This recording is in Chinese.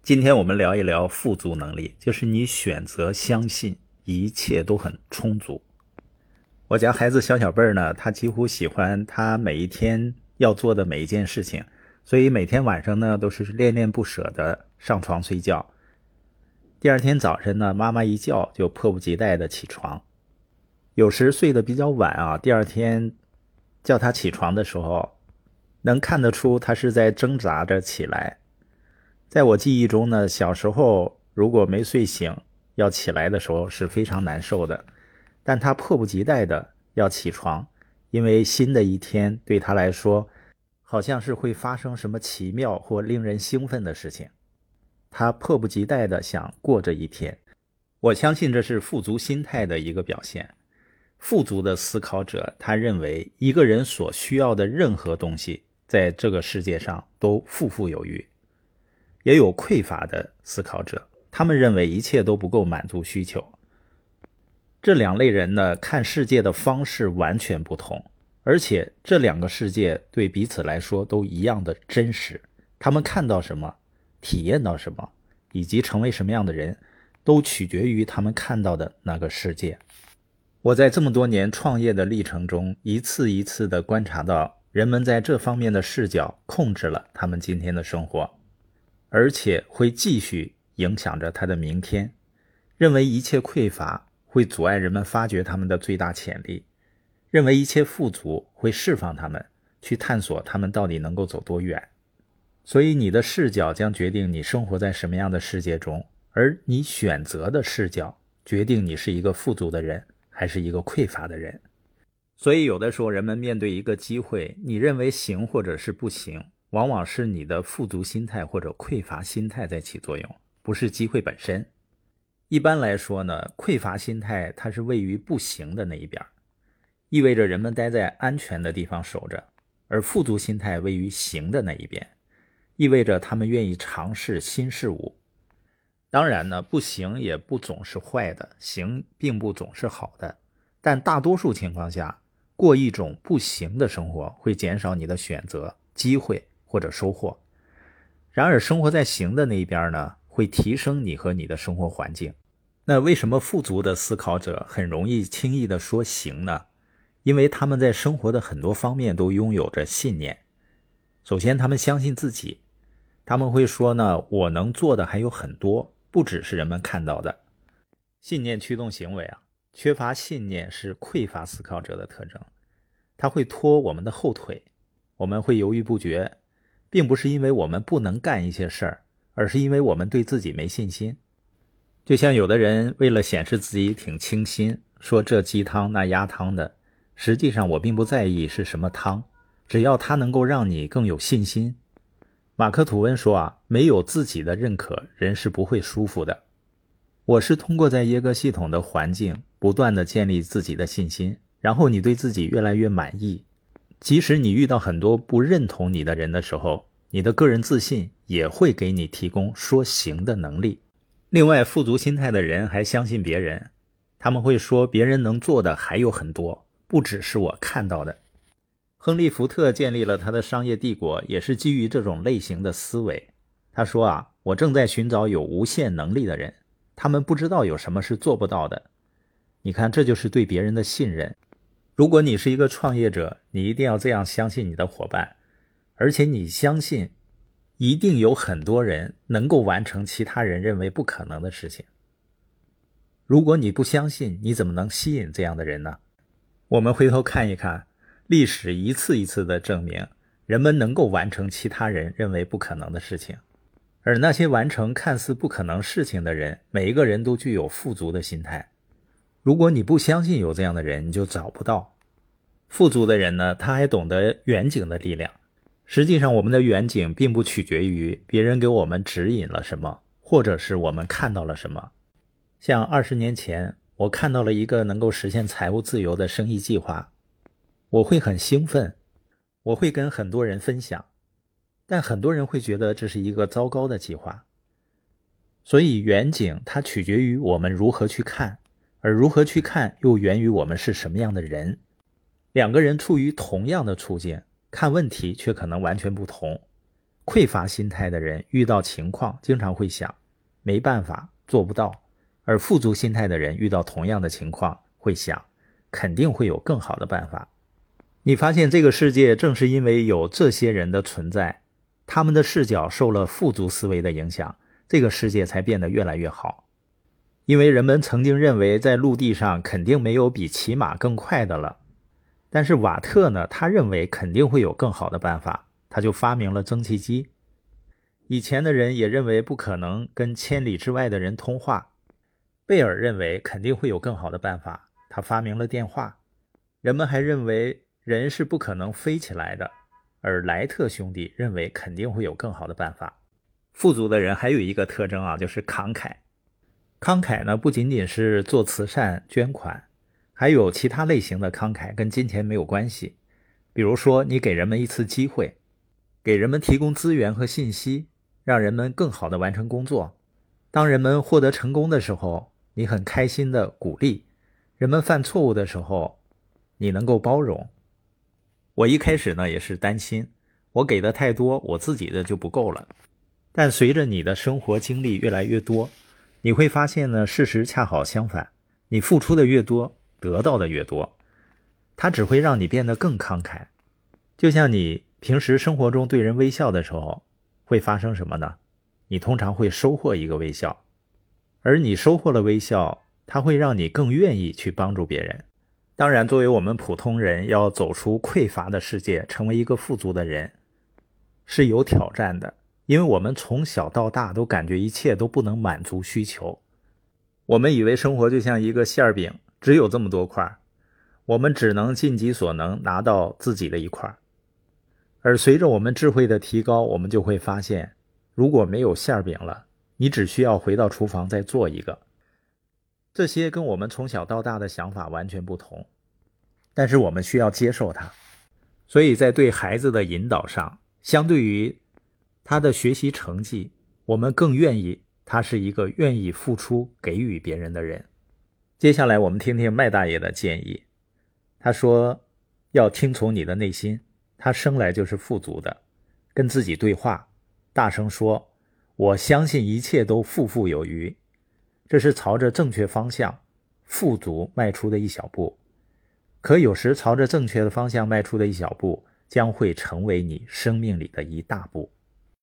今天我们聊一聊富足能力，就是你选择相信一切都很充足。我家孩子小辈儿呢，他几乎喜欢他每一天要做的每一件事情，所以每天晚上呢都是恋恋不舍的上床睡觉。第二天早晨呢，妈妈一叫就迫不及待的起床。有时睡得比较晚啊，第二天叫他起床的时候，能看得出他是在挣扎着起来。在我记忆中呢，小时候如果没睡醒要起来的时候是非常难受的，但他迫不及待的要起床，因为新的一天对他来说好像是会发生什么奇妙或令人兴奋的事情，他迫不及待的想过这一天。我相信这是富足心态的一个表现。富足的思考者，他认为一个人所需要的任何东西在这个世界上都富有余。也有匮乏的思考者，他们认为一切都不够满足需求。这两类人呢，看世界的方式完全不同，而且这两个世界对彼此来说都一样的真实。他们看到什么，体验到什么，以及成为什么样的人，都取决于他们看到的那个世界。我在这么多年创业的历程中，一次一次地观察到人们在这方面的视角控制了他们今天的生活，而且会继续影响着他的明天。认为一切匮乏会阻碍人们发掘他们的最大潜力，认为一切富足会释放他们，去探索他们到底能够走多远。所以你的视角将决定你生活在什么样的世界中，而你选择的视角决定你是一个富足的人还是一个匮乏的人。所以有的时候人们面对一个机会，你认为行或者是不行，往往是你的富足心态或者匮乏心态在起作用，不是机会本身。一般来说呢，匮乏心态它是位于不行的那一边，意味着人们待在安全的地方守着，而富足心态位于行的那一边，意味着他们愿意尝试新事物。当然呢，不行也不总是坏的，行并不总是好的，但大多数情况下，过一种不行的生活会减少你的选择、机会或者收获。然而生活在行的那一边呢，会提升你和你的生活环境。那为什么富足的思考者很容易轻易地说行呢？因为他们在生活的很多方面都拥有着信念。首先他们相信自己，他们会说呢，我能做的还有很多，不只是人们看到的。信念驱动行为啊，缺乏信念是匮乏思考者的特征，它会拖我们的后腿，我们会犹豫不决，并不是因为我们不能干一些事儿，而是因为我们对自己没信心。就像有的人为了显示自己挺清新，说这鸡汤那鸭汤的，实际上我并不在意是什么汤，只要它能够让你更有信心。马克吐温说啊，没有自己的认可，人是不会舒服的。我是通过在耶格系统的环境不断地建立自己的信心，然后你对自己越来越满意。即使你遇到很多不认同你的人的时候，你的个人自信也会给你提供说行的能力。另外，富足心态的人还相信别人，他们会说别人能做的还有很多，不只是我看到的。亨利·福特建立了他的商业帝国，也是基于这种类型的思维。他说啊，我正在寻找有无限能力的人，他们不知道有什么是做不到的。你看，这就是对别人的信任。如果你是一个创业者，你一定要这样相信你的伙伴，而且你相信一定有很多人能够完成其他人认为不可能的事情。如果你不相信，你怎么能吸引这样的人呢？我们回头看一看，历史一次一次的证明，人们能够完成其他人认为不可能的事情。而那些完成看似不可能事情的人，每一个人都具有富足的心态。如果你不相信有这样的人，你就找不到。富足的人呢，他还懂得远景的力量。实际上我们的远景并不取决于别人给我们指引了什么，或者是我们看到了什么。像20年前，我看到了一个能够实现财务自由的生意计划，我会很兴奋，我会跟很多人分享，但很多人会觉得这是一个糟糕的计划。所以远景它取决于我们如何去看，而如何去看又源于我们是什么样的人。两个人处于同样的处境，看问题却可能完全不同。 匮乏心态的人遇到情况经常会想没办法，做不到，而富足心态的人遇到同样的情况会想肯定会有更好的办法。你发现这个世界正是因为有这些人的存在，他们的视角受了富足思维的影响，这个世界才变得越来越好。因为人们曾经认为在陆地上肯定没有比骑马更快的了，但是瓦特呢，他认为肯定会有更好的办法，他就发明了蒸汽机。以前的人也认为不可能跟千里之外的人通话，贝尔认为肯定会有更好的办法，他发明了电话。人们还认为人是不可能飞起来的，而莱特兄弟认为肯定会有更好的办法。富足的人还有一个特征啊，就是慷慨。慷慨呢，不仅仅是做慈善捐款，还有其他类型的慷慨跟金钱没有关系。比如说你给人们一次机会，给人们提供资源和信息，让人们更好地完成工作。当人们获得成功的时候，你很开心地鼓励；人们犯错误的时候，你能够包容。我一开始呢也是担心，我给的太多，我自己的就不够了。但随着你的生活经历越来越多，你会发现呢，事实恰好相反，你付出的越多，得到的越多。它只会让你变得更慷慨。就像你平时生活中对人微笑的时候，会发生什么呢？你通常会收获一个微笑，而你收获了微笑，它会让你更愿意去帮助别人。当然，作为我们普通人，要走出匮乏的世界，成为一个富足的人，是有挑战的。因为我们从小到大都感觉一切都不能满足需求。我们以为生活就像一个馅饼，只有这么多块，我们只能尽己所能拿到自己的一块。而随着我们智慧的提高，我们就会发现，如果没有馅饼了，你只需要回到厨房再做一个。这些跟我们从小到大的想法完全不同，但是我们需要接受它。所以在对孩子的引导上，相对于他的学习成绩，我们更愿意他是一个愿意付出给予别人的人。接下来我们听听麦大爷的建议。他说要听从你的内心，他生来就是富足的，跟自己对话，大声说我相信一切都富富有余。这是朝着正确方向富足迈出的一小步，可有时朝着正确的方向迈出的一小步将会成为你生命里的一大步。